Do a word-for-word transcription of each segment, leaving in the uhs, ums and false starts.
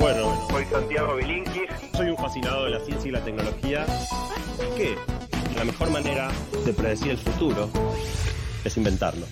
Bueno, Soy Santiago Bilinkis. soy un fascinado de la ciencia y la tecnología. Que la mejor manera de predecir el futuro es inventarlo.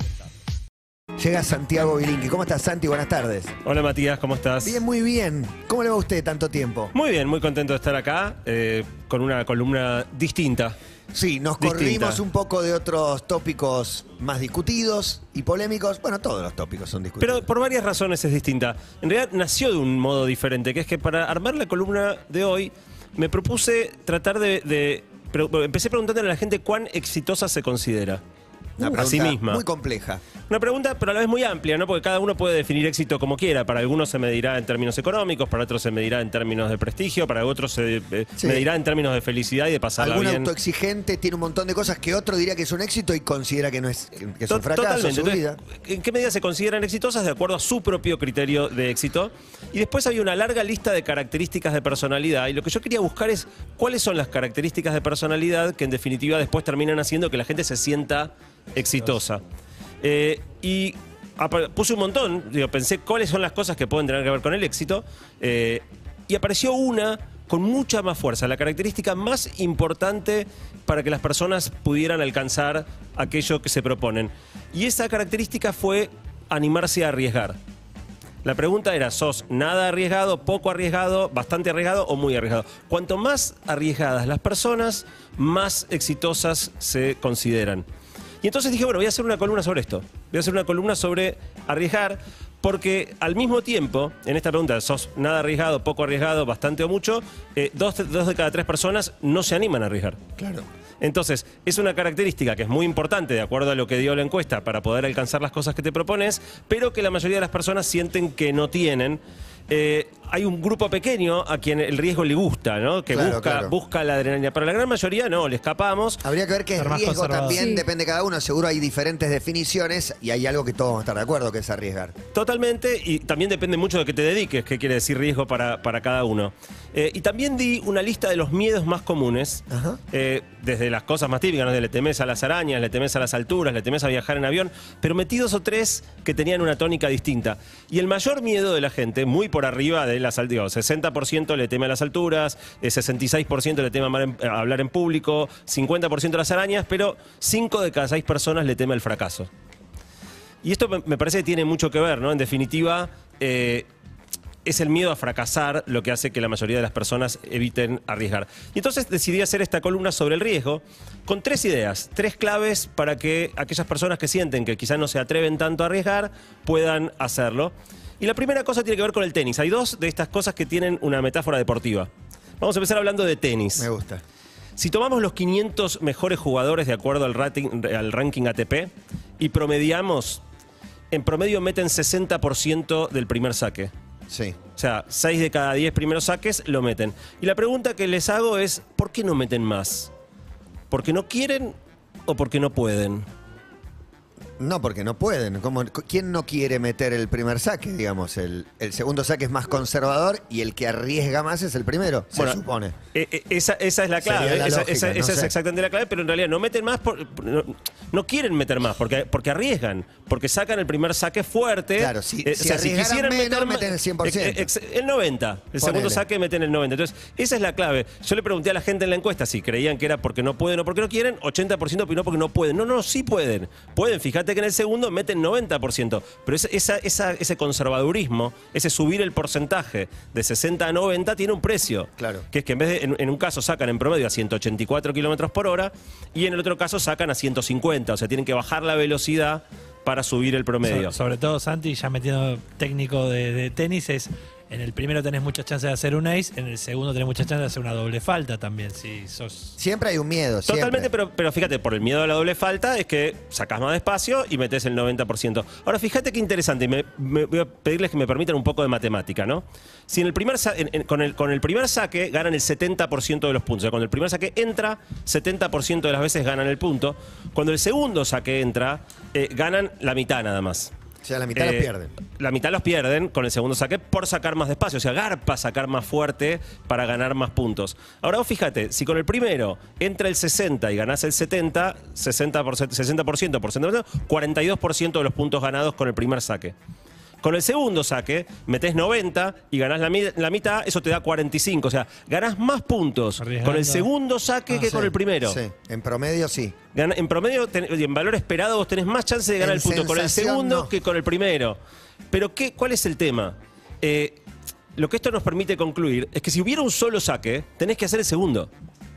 Llega Santiago Bilinkis. ¿Cómo estás, Santi? Buenas tardes. Hola Matías, ¿cómo estás? Bien, muy bien. ¿Cómo le va a usted tanto tiempo? Muy bien, muy contento de estar acá eh, con una columna distinta. Sí, nos Distinta. corrimos un poco de otros tópicos más discutidos y polémicos. Bueno, todos los tópicos son discutidos. Pero por varias razones es distinta. En realidad nació de un modo diferente, que es que para armar la columna de hoy me propuse tratar de... de pero empecé preguntándole a la gente cuán exitosa se considera. Una a pregunta sí misma. muy compleja. Una pregunta, pero a la vez muy amplia, ¿no? Porque cada uno puede definir éxito como quiera. Para algunos se medirá en términos económicos, para otros se medirá en términos de prestigio, para otros se eh, Sí. medirá en términos de felicidad y de pasarla Algún bien. autoexigente tiene un montón de cosas que otro diría que es un éxito y considera que no es, que es To- un fracaso Totalmente. su vida. Entonces, ¿en qué medida se consideran exitosas? De acuerdo a su propio criterio de éxito. Y después había una larga lista de características de personalidad. Y lo que yo quería buscar es cuáles son las características de personalidad que en definitiva después terminan haciendo que la gente se sienta exitosa. Eh, y apa- puse un montón, digo, pensé cuáles son las cosas que pueden tener que ver con el éxito. eh, y apareció una con mucha más fuerza, la característica más importante para que las personas pudieran alcanzar aquello que se proponen. Y esa característica fue animarse a arriesgar. La pregunta era, ¿sos nada arriesgado, poco arriesgado, bastante arriesgado o muy arriesgado? Cuanto más arriesgadas las personas, más exitosas se consideran. Y entonces dije, bueno, voy a hacer una columna sobre esto. Voy a hacer una columna sobre arriesgar, porque al mismo tiempo, en esta pregunta, ¿sos nada arriesgado, poco arriesgado, bastante o mucho? Eh, dos, dos de cada tres personas no se animan a arriesgar. Claro. Entonces, es una característica que es muy importante de acuerdo a lo que dio la encuesta para poder alcanzar las cosas que te propones, pero que la mayoría de las personas sienten que no tienen. Eh, hay un grupo pequeño a quien el riesgo le gusta, ¿no? Que Claro, busca, claro. busca la adrenalina. Pero la gran mayoría no, le escapamos. Habría que ver qué es Ser más riesgo conservador. también, Sí. depende de cada uno. Seguro hay diferentes definiciones y hay algo que todos vamos a estar de acuerdo, que es arriesgar. Totalmente, y también depende mucho de qué te dediques, qué quiere decir riesgo para, para cada uno. Eh, y también di una lista de los miedos más comunes, Ajá. eh, desde las cosas más típicas, ¿no? De le temes a las arañas, le temes a las alturas, le temes a viajar en avión, pero metí dos o tres que tenían una tónica distinta. Y el mayor miedo de la gente, muy por arriba de las alturas, sesenta por ciento le teme a las alturas, eh, sesenta y seis por ciento le teme a hablar en, a hablar en público, cincuenta por ciento a las arañas, pero cinco de cada seis personas le teme al fracaso. Y esto me me parece que tiene mucho que ver, ¿no? En definitiva, eh, es el miedo a fracasar lo que hace que la mayoría de las personas eviten arriesgar. Y entonces decidí hacer esta columna sobre el riesgo con tres ideas, tres claves para que aquellas personas que sienten que quizás no se atreven tanto a arriesgar puedan hacerlo. Y la primera cosa tiene que ver con el tenis. Hay dos de estas cosas que tienen una metáfora deportiva. Vamos a empezar hablando de tenis. Me gusta. Si tomamos los quinientos mejores jugadores de acuerdo al rating, al ranking A T P y promediamos, en promedio meten sesenta por ciento del primer saque. Sí. O sea, seis de cada diez primeros saques lo meten. Y la pregunta que les hago es, ¿por qué no meten más? ¿Porque no quieren o porque no pueden? No, porque no pueden. ¿Cómo- ¿Quién no quiere meter el primer saque? Digamos, el, el segundo saque es más conservador y el que arriesga más es el primero, se Bueno, supone. Eh, eh, esa, esa es la clave, Sería la esa, lógica, esa- no esa es sé. exactamente la clave, pero en realidad no meten más, por- por- no, no quieren meter más, porque, porque arriesgan, porque sacan el primer saque fuerte. Claro, si- Eh, si arriesgaran menos, ma- meten el cien por ciento. eh, ex- el noventa, el Ponele. segundo saque meten el noventa. Entonces, esa es la clave. Yo le pregunté a la gente en la encuesta si creían que era porque no pueden o porque no quieren, ochenta por ciento opinó porque no pueden. No, no, sí pueden. Pueden, fíjate que en el segundo meten noventa por ciento, pero ese, esa, esa- ese conservadurismo, ese subir el porcentaje de sesenta a noventa tiene un precio. Claro. Que es que en vez de, en, en un caso sacan en promedio a ciento ochenta y cuatro kilómetros por hora y en el otro caso sacan a ciento cincuenta, o sea, tienen que bajar la velocidad para subir el promedio. Sobre, sobre todo, Santi, ya metiendo técnico de, de tenis, es en el primero tenés muchas chances de hacer un ace, en el segundo tenés muchas chances de hacer una doble falta también, si sos... Siempre hay un miedo, siempre. Totalmente, pero, pero fíjate, por el miedo a la doble falta es que sacás más despacio y metés el noventa por ciento. Ahora, fíjate qué interesante, y me, me- voy a pedirles que me permitan un poco de matemática, ¿no? Si en el primer sa- en- en- con, el, con el primer saque ganan el setenta por ciento de los puntos, o sea, cuando el primer saque entra, setenta por ciento de las veces ganan el punto. Cuando el segundo saque entra, eh, ganan la mitad nada más. O sea, la mitad Eh, los pierden. La mitad los pierden con el segundo saque por sacar más despacio. O sea, garpa sacar más fuerte para ganar más puntos. Ahora vos fíjate, si con el primero entra el sesenta y ganás el setenta, sesenta por ciento, sesenta por ciento, por ciento, cuarenta y dos por ciento de los puntos ganados con el primer saque. Con el segundo saque, metés noventa y ganás la, mi- la mitad, eso te da cuarenta y cinco. O sea, ganás más puntos Arriesgando. con el segundo saque Ah, que Sí, con el primero. Sí, en promedio sí. Gana- en promedio, ten- y en valor esperado, vos tenés más chance de ganar En el punto con el sensación, segundo no. que con el primero. Pero, ¿qué, ¿cuál es el tema? Eh, lo que esto nos permite concluir es que si hubiera un solo saque, tenés que hacer el segundo.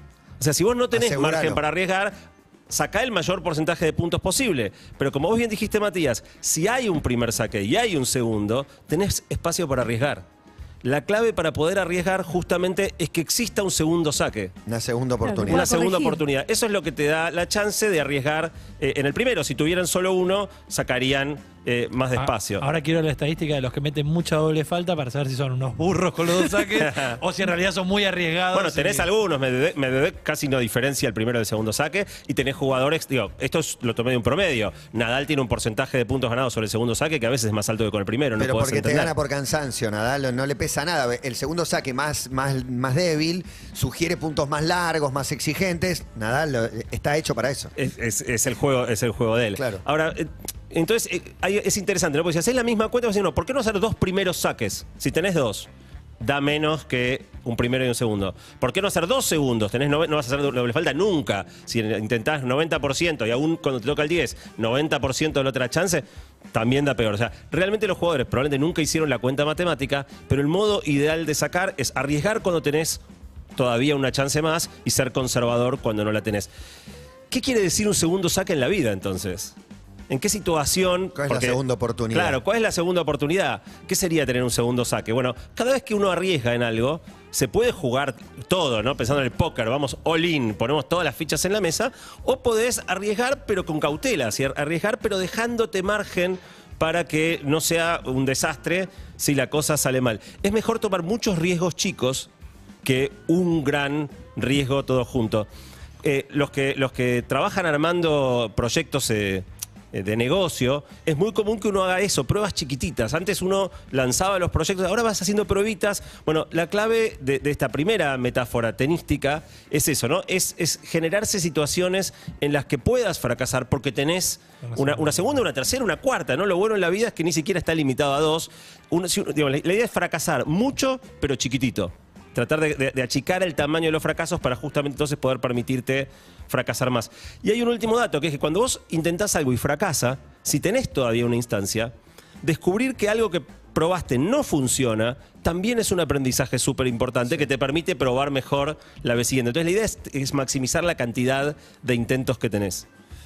O sea, si vos no tenés Aseguralo. margen para arriesgar, sacá el mayor porcentaje de puntos posible. Pero como vos bien dijiste, Matías, si hay un primer saque y hay un segundo, tenés espacio para arriesgar. La clave para poder arriesgar justamente es que exista un segundo saque. Una segunda oportunidad. Una Pueda segunda corregir. oportunidad. Eso es lo que te da la chance de arriesgar eh, en el primero. Si tuvieran solo uno, sacarían eh, más despacio. Ah, Ahora quiero la estadística de los que meten mucha doble falta para saber si son unos burros con los dos saques o si en realidad son muy arriesgados. Bueno, tenés y- algunos, Medvedev, Medvedev casi no diferencia el primero del segundo saque y tenés jugadores, digo, esto es- lo tomé de un promedio. Nadal tiene un porcentaje de puntos ganados sobre el segundo saque que a veces es más alto que con el primero, no Pero podés porque te entender. gana por cansancio, Nadal, no le pesa nada. El segundo saque más, más, más débil sugiere puntos más largos, más exigentes. Nadal lo- está hecho para eso. Es, es- es el juego, es el juego de él. Claro. Ahora, eh, entonces eh, hay- es interesante, ¿no? Porque si haces la misma cuenta, vas a decir, no, ¿por qué no hacer dos primeros saques? Si tenés dos, da menos que un primero y un segundo. ¿Por qué no hacer dos segundos? Tenés nove- no vas a hacer doble falta nunca. Si intentás noventa por ciento y aún cuando te toca el diez, noventa por ciento de la otra chance, también da peor. O sea, realmente los jugadores probablemente nunca hicieron la cuenta matemática, pero el modo ideal de sacar es arriesgar cuando tenés todavía una chance más y ser conservador cuando no la tenés. ¿Qué quiere decir un segundo saque en la vida, entonces? ¿En qué situación? ¿Cuál es la segunda oportunidad? Claro, ¿cuál es la segunda oportunidad? ¿Qué sería tener un segundo saque? Bueno, cada vez que uno arriesga en algo, se puede jugar todo, ¿no? Pensando en el póker, vamos all in, ponemos todas las fichas en la mesa, o podés arriesgar pero con cautela, ¿sí? Arriesgar pero dejándote margen para que no sea un desastre si la cosa sale mal. Es mejor tomar muchos riesgos chicos que un gran riesgo todo junto. Eh, los, que, los que trabajan armando proyectos eh, eh, de negocio, es muy común que uno haga eso, pruebas chiquititas. Antes uno lanzaba los proyectos, ahora vas haciendo pruebitas. Bueno, la clave de, de esta primera metáfora tenística es eso, ¿no? Es, es generarse situaciones en las que puedas fracasar porque tenés una, una segunda, una tercera, una cuarta, ¿no? Lo bueno en la vida es que ni siquiera está limitado a dos. Uno- si uno- digo, la, la idea es fracasar mucho, pero chiquitito. Tratar de, de- de achicar el tamaño de los fracasos para justamente entonces poder permitirte fracasar más. Y hay un último dato, que es que cuando vos intentás algo y fracasa, si tenés todavía una instancia, descubrir que algo que probaste no funciona, también es un aprendizaje súper importante que te permite probar mejor la vez siguiente. Entonces la idea es, es maximizar la cantidad de intentos que tenés.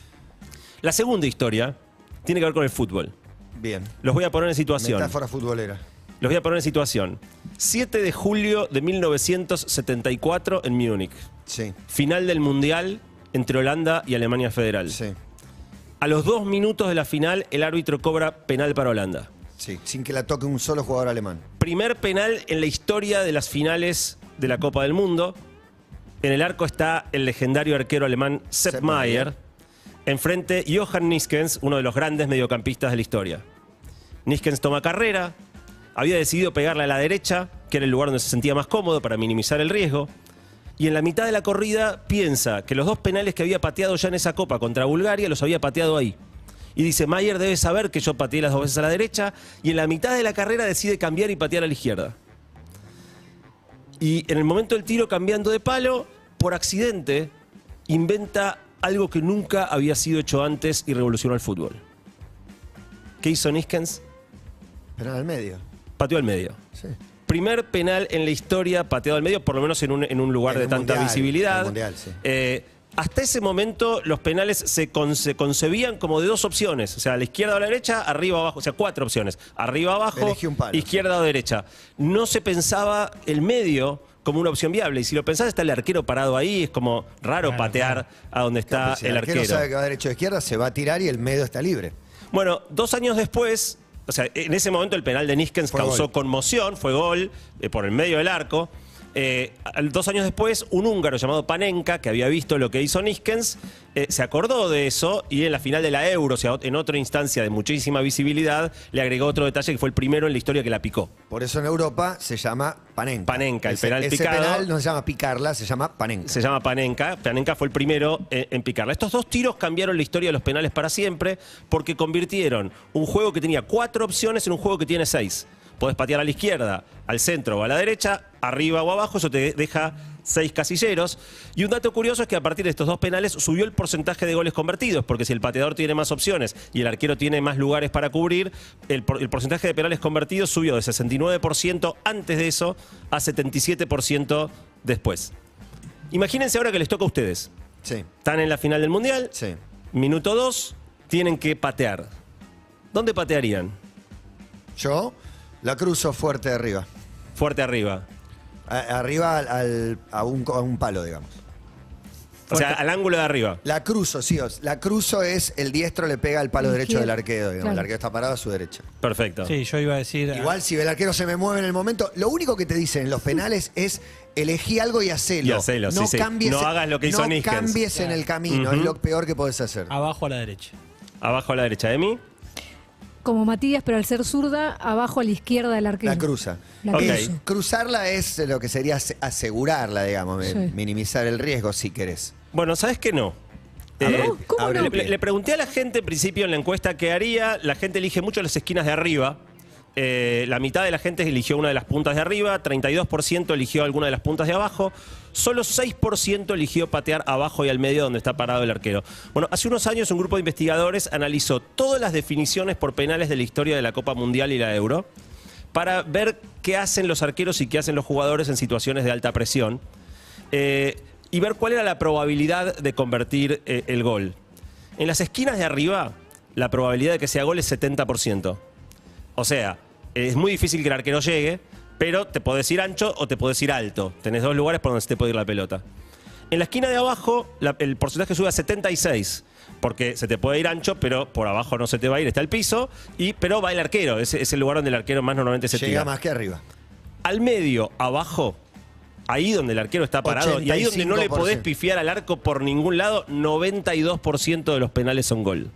La segunda historia tiene que ver con el fútbol. Bien. Los voy a poner en situación. Metáfora futbolera. Los voy a poner en situación. siete de julio de mil novecientos setenta y cuatro en Múnich. Sí, Final del Mundial entre Holanda y Alemania Federal. sí, A los dos minutos de la final, el árbitro cobra penal para Holanda. sí. Sin que la toque un solo jugador alemán. Primer penal en la historia de las finales de la Copa del Mundo. En el arco está el legendario arquero alemán Sepp Sepp Maier. Maier. Enfrente, Johann Niskens, uno de los grandes mediocampistas de la historia. Niskens toma carrera. Había decidido pegarle a la derecha, que era el lugar donde se sentía más cómodo para minimizar el riesgo. Y en la mitad de la corrida piensa que los dos penales que había pateado ya en esa Copa contra Bulgaria los había pateado ahí. Y dice, Maier debe saber que yo pateé las dos veces a la derecha. Y en la mitad de la carrera decide cambiar y patear a la izquierda. Y en el momento del tiro, cambiando de palo, por accidente, inventa algo que nunca había sido hecho antes y revolucionó el fútbol. ¿Qué hizo Niskens? Pero al medio. Pateó al medio. Sí. Primer penal en la historia pateado al medio, por lo menos en un, en un lugar En de un tanta mundial, visibilidad. en un mundial, sí. Eh, hasta ese momento los penales se, con- se concebían como de dos opciones, o sea, a la izquierda o a la derecha, arriba o abajo, o sea, cuatro opciones, arriba o abajo, Elegí un palo. izquierda o derecha. No se pensaba el medio como una opción viable, y si lo pensás está el arquero parado ahí, es como raro Claro, patear a donde está Claro, pues si el el arquero arquero. sabe que va derecho o izquierda, se va a tirar y el medio está libre. Bueno, dos años después, o sea, en ese momento el penal de Niskens Fue causó gol. conmoción, fue gol eh, por el medio del arco. Eh, dos años después, un húngaro llamado Panenka, que había visto lo que hizo Niskens, eh, se acordó de eso y en la final de la Euro, o sea, en otra instancia de muchísima visibilidad, le agregó otro detalle que fue el primero en la historia que la picó. Por eso en Europa se llama Panenka. Panenka, el ese, penal ese picado. penal no se llama picarla, se llama Panenka. Se llama Panenka. Panenka fue el primero en, en picarla. Estos dos tiros cambiaron la historia de los penales para siempre porque convirtieron un juego que tenía cuatro opciones en un juego que tiene seis. Podés patear a la izquierda, al centro o a la derecha, arriba o abajo, eso te deja seis casilleros. Y un dato curioso es que a partir de estos dos penales subió el porcentaje de goles convertidos, porque si el pateador tiene más opciones y el arquero tiene más lugares para cubrir, el, por, el porcentaje de penales convertidos subió de sesenta y nueve por ciento antes de eso a setenta y siete por ciento después. Imagínense ahora que les toca a ustedes. Sí. Están en la final del Mundial, Sí. minuto dos, tienen que patear. ¿Dónde patearían? Yo la cruzo fuerte arriba. Fuerte arriba. A- arriba al, al- a, un, a un palo, digamos. O sea, al ángulo de arriba. La cruzo, sí. os- La cruzo es el diestro le pega al palo El derecho del izquierdo, arquero, digamos. claro. El arquero está parado a su derecha. Perfecto. Sí, yo iba a decir. Igual si el arquero se me mueve en el momento, lo único que te dicen en los penales es elegí algo y hacelo. Y hacelo, no sí, sí. cambies, No hagas lo que hizo no Niskens. cambies en el camino, Ujú. es lo peor que podés hacer. Abajo a la derecha. Abajo a la derecha de mí. Como Matías, pero al ser zurda, abajo a la izquierda del arquero. La cruza. La Ok. cruzo. Cruzarla es lo que sería ase- asegurarla, digamos, Sí. minimizar el riesgo si querés. Bueno, ¿sabes qué no? A ver, Eh, ¿Cómo abre no? el le, pie. le pregunté a la gente en principio en la encuesta qué haría. La gente elige mucho las esquinas de arriba. Eh, la mitad de la gente eligió una de las puntas de arriba, treinta y dos por ciento eligió alguna de las puntas de abajo, solo seis por ciento eligió patear abajo y al medio donde está parado el arquero. Bueno, hace unos años un grupo de investigadores analizó todas las definiciones por penales de la historia de la Copa Mundial y la Euro para ver qué hacen los arqueros y qué hacen los jugadores en situaciones de alta presión eh, y ver cuál era la probabilidad de convertir eh, el gol. En las esquinas de arriba, la probabilidad de que sea gol es setenta por ciento. O sea, es muy difícil que el arquero llegue, pero te podés ir ancho o te podés ir alto. Tenés dos lugares por donde se te puede ir la pelota. En la esquina de abajo, la- el porcentaje sube a setenta y seis, porque se te puede ir ancho, pero por abajo no se te va a ir, está el piso, y, pero va el arquero. Es, es el lugar donde el arquero más normalmente se Llega tira. más que arriba. Al medio, abajo, ahí donde el arquero está parado, y ahí donde no le podés pifiar al arco por ningún lado, noventa y dos por ciento de los penales son gol.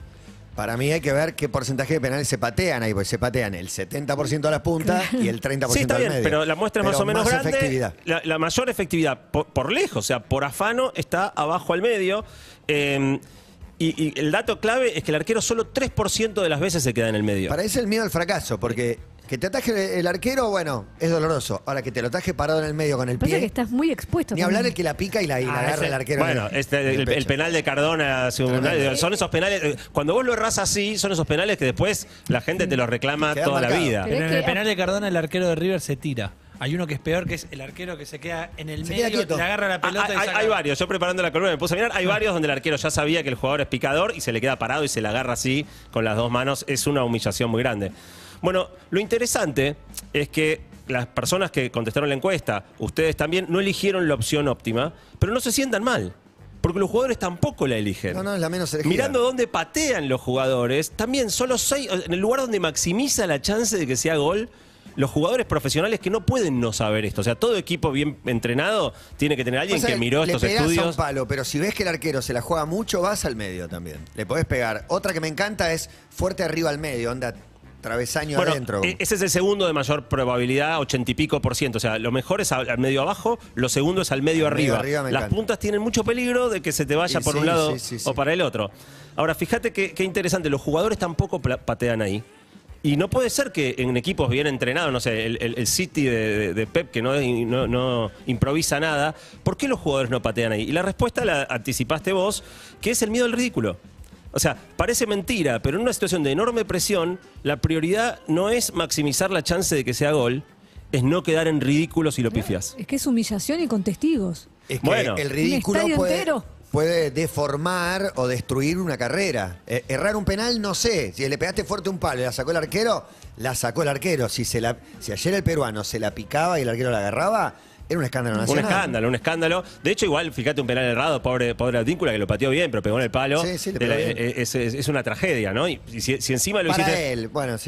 Para mí hay que ver qué porcentaje de penales se patean ahí, porque se patean el setenta por ciento a las puntas y el treinta por Sí, ciento está al bien, medio. pero la muestra es más Pero o menos grande. efectividad. La, la mayor efectividad por, por lejos, o sea, por afano, está abajo al medio. Eh, y, y el dato clave es que el arquero solo tres por ciento de las veces se queda en el medio. Para eso el miedo al fracaso, porque que te ataje el arquero, bueno, es doloroso. Ahora que te lo ataje parado en el medio con el Pasa que pie. estás muy expuesto. Ni hablar también. el que la pica y la, y la Ah, agarra ese- el arquero. en Bueno, el- este, en el, el pecho. penal de Cardona, hace un- Tremendo. son esos penales. eh, Cuando vos lo errás así, son esos penales que después la gente te los reclama Queda toda la marcado. vida. Pero Pero es en el que- penal de Cardona, el arquero de River se tira. Hay uno que es peor, que es el arquero que se queda en el Se queda medio, quieto. le agarra la pelota Ah, y hay, saca- hay varios, yo preparando la columna me puse a mirar, hay varios donde el arquero ya sabía que el jugador es picador y se le queda parado y se la agarra así con las dos manos. Es una humillación muy grande. Bueno, lo interesante es que las personas que contestaron la encuesta, ustedes también, no eligieron la opción óptima, pero no se sientan mal. Porque los jugadores tampoco la eligen. No, no, es la menos elegida. Mirando dónde patean los jugadores, también solo seis, en el lugar donde maximiza la chance de que sea gol, los jugadores profesionales que no pueden no saber esto. O sea, todo equipo bien entrenado tiene que tener a alguien Pasa que miró le estos pegás a un estudios. palo, pero si ves que el arquero se la juega mucho, vas al medio también. Le podés pegar. Otra que me encanta es fuerte arriba al medio, onda travesaño Bueno, adentro. e- ese es el segundo de mayor probabilidad, ochenta y pico por ciento. O sea, lo mejor es al al medio abajo, lo segundo es al medio Al medio arriba. arriba me Las encanta. puntas tienen mucho peligro de que se te vaya Y por sí, un lado sí, sí, sí. o para el otro. Ahora, fíjate qué, qué interesante, los jugadores tampoco pla- patean ahí. Y no puede ser que en equipos bien entrenados, no sé, el, el- el City de, de- de Pep que no, no- no improvisa nada, ¿por qué los jugadores no patean ahí? Y la respuesta la anticipaste vos, que es el miedo al ridículo. O sea, parece mentira, pero en una situación de enorme presión, la prioridad no es maximizar la chance de que sea gol, es no quedar en ridículo si lo pifias. Es que es humillación y con testigos. Es que Bueno. el Un ridículo estadio puede, entero. puede deformar o destruir una carrera. Eh, errar un penal, no sé. Si le pegaste fuerte un palo y la sacó el arquero, la sacó el arquero. Si, se la, si ayer el peruano se la picaba y el arquero la agarraba, era un escándalo Un nacional. escándalo, un escándalo. De hecho, igual, fíjate, un penal errado, pobre, pobre Advíncula, que lo pateó bien, pero pegó en el palo. Sí, sí, le pegó Era- bien. es, es- es una tragedia, ¿no? Y si, si encima lo Para hiciste... él, bueno, sí.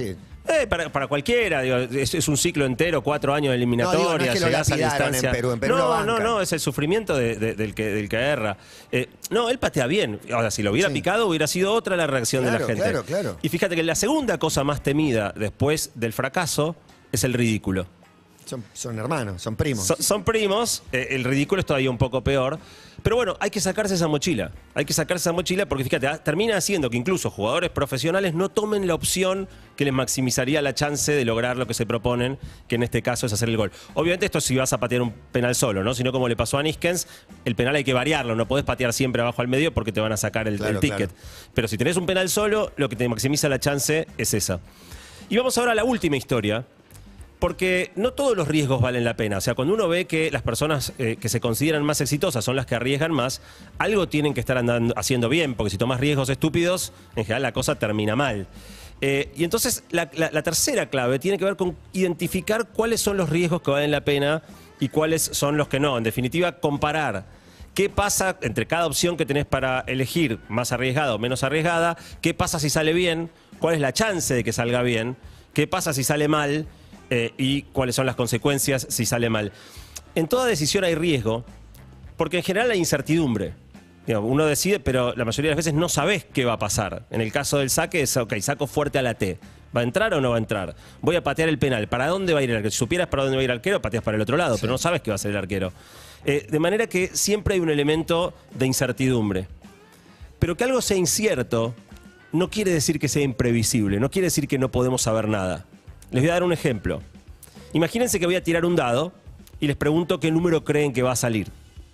Eh, para, para cualquiera, digo, es, es un ciclo entero, cuatro años de eliminatoria, No, digo, no es que lo llegás a la lapidaron instancia. en Perú, en Perú lo no, bancan. no, no, es el sufrimiento de- de- del, que, del que erra. Eh, no, él patea bien. Ahora, si lo hubiera Sí. picado, hubiera sido otra la reacción de Claro, la gente. claro, claro. Y fíjate que la segunda cosa más temida después del fracaso es el ridículo. Son, son hermanos, son primos. Son, son primos, eh, el ridículo es todavía un poco peor. Pero bueno, hay que sacarse esa mochila. Hay que sacarse esa mochila porque fíjate, ah, termina haciendo que incluso jugadores profesionales no tomen la opción que les maximizaría la chance de lograr lo que se proponen, que en este caso es hacer el gol. Obviamente esto si vas a patear un penal solo, ¿no? Sino como le pasó a Niskens, el penal hay que variarlo, no podés patear siempre abajo al medio porque te van a sacar el, Claro, el ticket. claro. Pero si tenés un penal solo, lo que te maximiza la chance es esa. Y vamos ahora a la última historia. Porque no todos los riesgos valen la pena. O sea, cuando uno ve que las personas eh, que se consideran más exitosas son las que arriesgan más, algo tienen que estar andando, haciendo bien, porque si tomas riesgos estúpidos, en general la cosa termina mal. Eh, y entonces la, la- la tercera clave tiene que ver con identificar cuáles son los riesgos que valen la pena y cuáles son los que no. En definitiva, comparar qué pasa entre cada opción que tenés para elegir, más arriesgada o menos arriesgada, qué pasa si sale bien, cuál es la chance de que salga bien, qué pasa si sale mal, Eh, y cuáles son las consecuencias si sale mal. En toda decisión hay riesgo, porque en general hay incertidumbre. Digo, uno decide, pero la mayoría de las veces no sabés qué va a pasar. En el caso del saque es, ok, saco fuerte a la T. ¿Va a entrar o no va a entrar? Voy a patear el penal. ¿Para dónde va a ir el arquero? Si supieras para dónde va a ir el arquero, pateas para el otro lado, pero no sabes qué va a hacer el arquero. Eh, de manera que siempre hay un elemento de incertidumbre. Pero que algo sea incierto no quiere decir que sea imprevisible, no quiere decir que no podemos saber nada. Les voy a dar un ejemplo. Imagínense que voy a tirar un dado y les pregunto qué número creen que va a salir.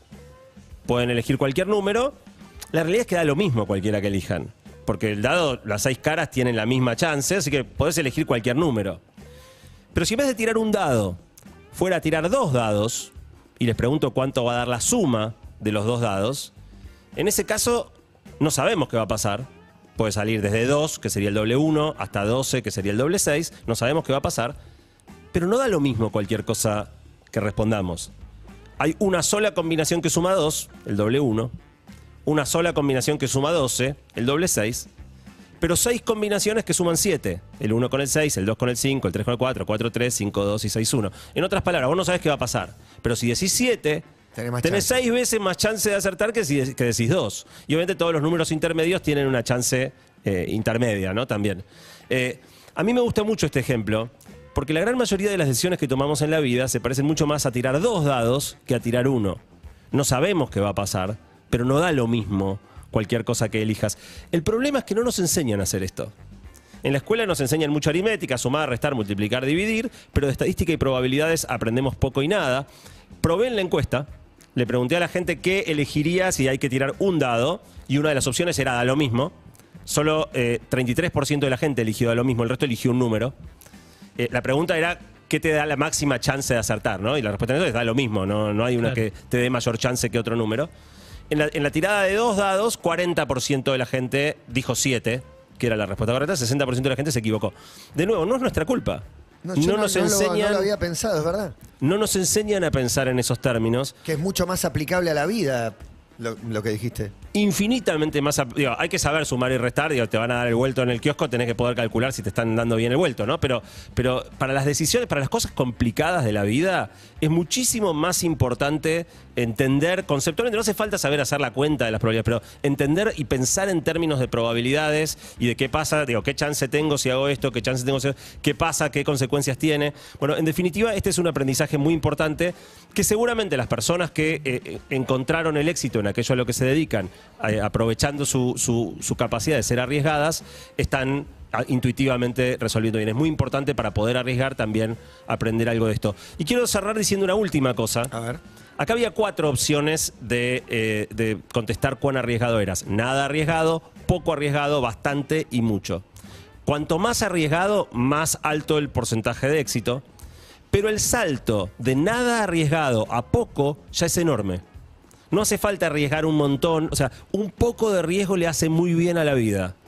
Pueden elegir cualquier número. La realidad es que da lo mismo cualquiera que elijan. Porque el dado, las seis caras tienen la misma chance, así que podés elegir cualquier número. Pero si en vez de tirar un dado, fuera a tirar dos dados, y les pregunto cuánto va a dar la suma de los dos dados, en ese caso no sabemos qué va a pasar. Puede salir desde dos, que sería el doble uno, hasta doce, que sería el doble seis. No sabemos qué va a pasar. Pero no da lo mismo cualquier cosa que respondamos. Hay una sola combinación que suma dos, el doble uno. Una sola combinación que suma doce, el doble seis. Pero seis combinaciones que suman siete. El uno con el seis, el dos con el cinco, el tres con el cuatro, cuatro, tres, cinco, dos y seis, uno. En otras palabras, vos no sabés qué va a pasar. Pero si decís siete, Tenés más tenés chance. seis veces más chance de acertar que si que decís dos. Y obviamente todos los números intermedios tienen una chance eh, intermedia, ¿no? También. Eh, a mí me gusta mucho este ejemplo, porque la gran mayoría de las decisiones que tomamos en la vida se parecen mucho más a tirar dos dados que a tirar uno. No sabemos qué va a pasar, pero no da lo mismo cualquier cosa que elijas. El problema es que no nos enseñan a hacer esto. En la escuela nos enseñan mucho aritmética, sumar, restar, multiplicar, dividir, pero de estadística y probabilidades aprendemos poco y nada. Probé en la encuesta, le pregunté a la gente qué elegiría si hay que tirar un dado, y una de las opciones era da lo mismo. Solo eh, treinta y tres por ciento de la gente eligió da lo mismo, el resto eligió un número. Eh, la pregunta era qué te da la máxima chance de acertar, ¿no? Y la respuesta es da lo mismo, no, no hay una Claro. que te dé mayor chance que otro número. En la, en la tirada de dos dados, cuarenta por ciento de la gente dijo siete, que era la respuesta correcta, sesenta por ciento de la gente se equivocó. De nuevo, no es nuestra culpa. No, No, yo no, nos no lo- enseñan, no lo había pensado, es verdad. no nos enseñan a pensar en esos términos. Que es mucho más aplicable a la vida lo, lo que dijiste. Infinitamente más. ap- Digo, hay que saber sumar y restar. Digo, te van a dar el vuelto en el kiosco, tenés que poder calcular si te están dando bien el vuelto, ¿no? Pero, pero para las decisiones, para las cosas complicadas de la vida, es muchísimo más importante entender conceptualmente. No hace falta saber hacer la cuenta de las probabilidades, pero entender y pensar en términos de probabilidades y de qué pasa, digo, qué chance tengo si hago esto, qué chance tengo si hago, qué pasa, qué consecuencias tiene. Bueno, en definitiva, este es un aprendizaje muy importante que seguramente las personas que eh, encontraron el éxito en aquello a lo que se dedican, eh, aprovechando su, su, su capacidad de ser arriesgadas, están a- intuitivamente resolviendo bien. Es muy importante para poder arriesgar también aprender algo de esto. Y quiero cerrar diciendo una última cosa. A ver. Acá había cuatro opciones de, eh, de contestar cuán arriesgado eras. Nada arriesgado, poco arriesgado, bastante y mucho. Cuanto más arriesgado, más alto el porcentaje de éxito. Pero el salto de nada arriesgado a poco ya es enorme. No hace falta arriesgar un montón. O sea, un poco de riesgo le hace muy bien a la vida.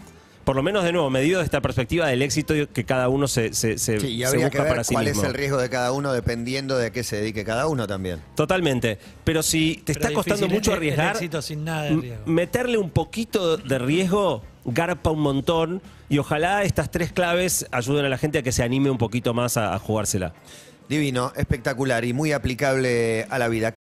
Por lo menos, de nuevo, medido desde esta perspectiva del éxito que cada uno se, se, se, Sí, y se habría busca que ver para sí cuál mismo. es el riesgo de cada uno dependiendo de a qué se dedique cada uno también. Totalmente. Pero si te Pero está costando difícil, mucho el- el arriesgar, éxito sin nada de riesgo. m- meterle un poquito de riesgo garpa un montón y ojalá estas tres claves ayuden a la gente a que se anime un poquito más a, a jugársela. Divino, espectacular y muy aplicable a la vida.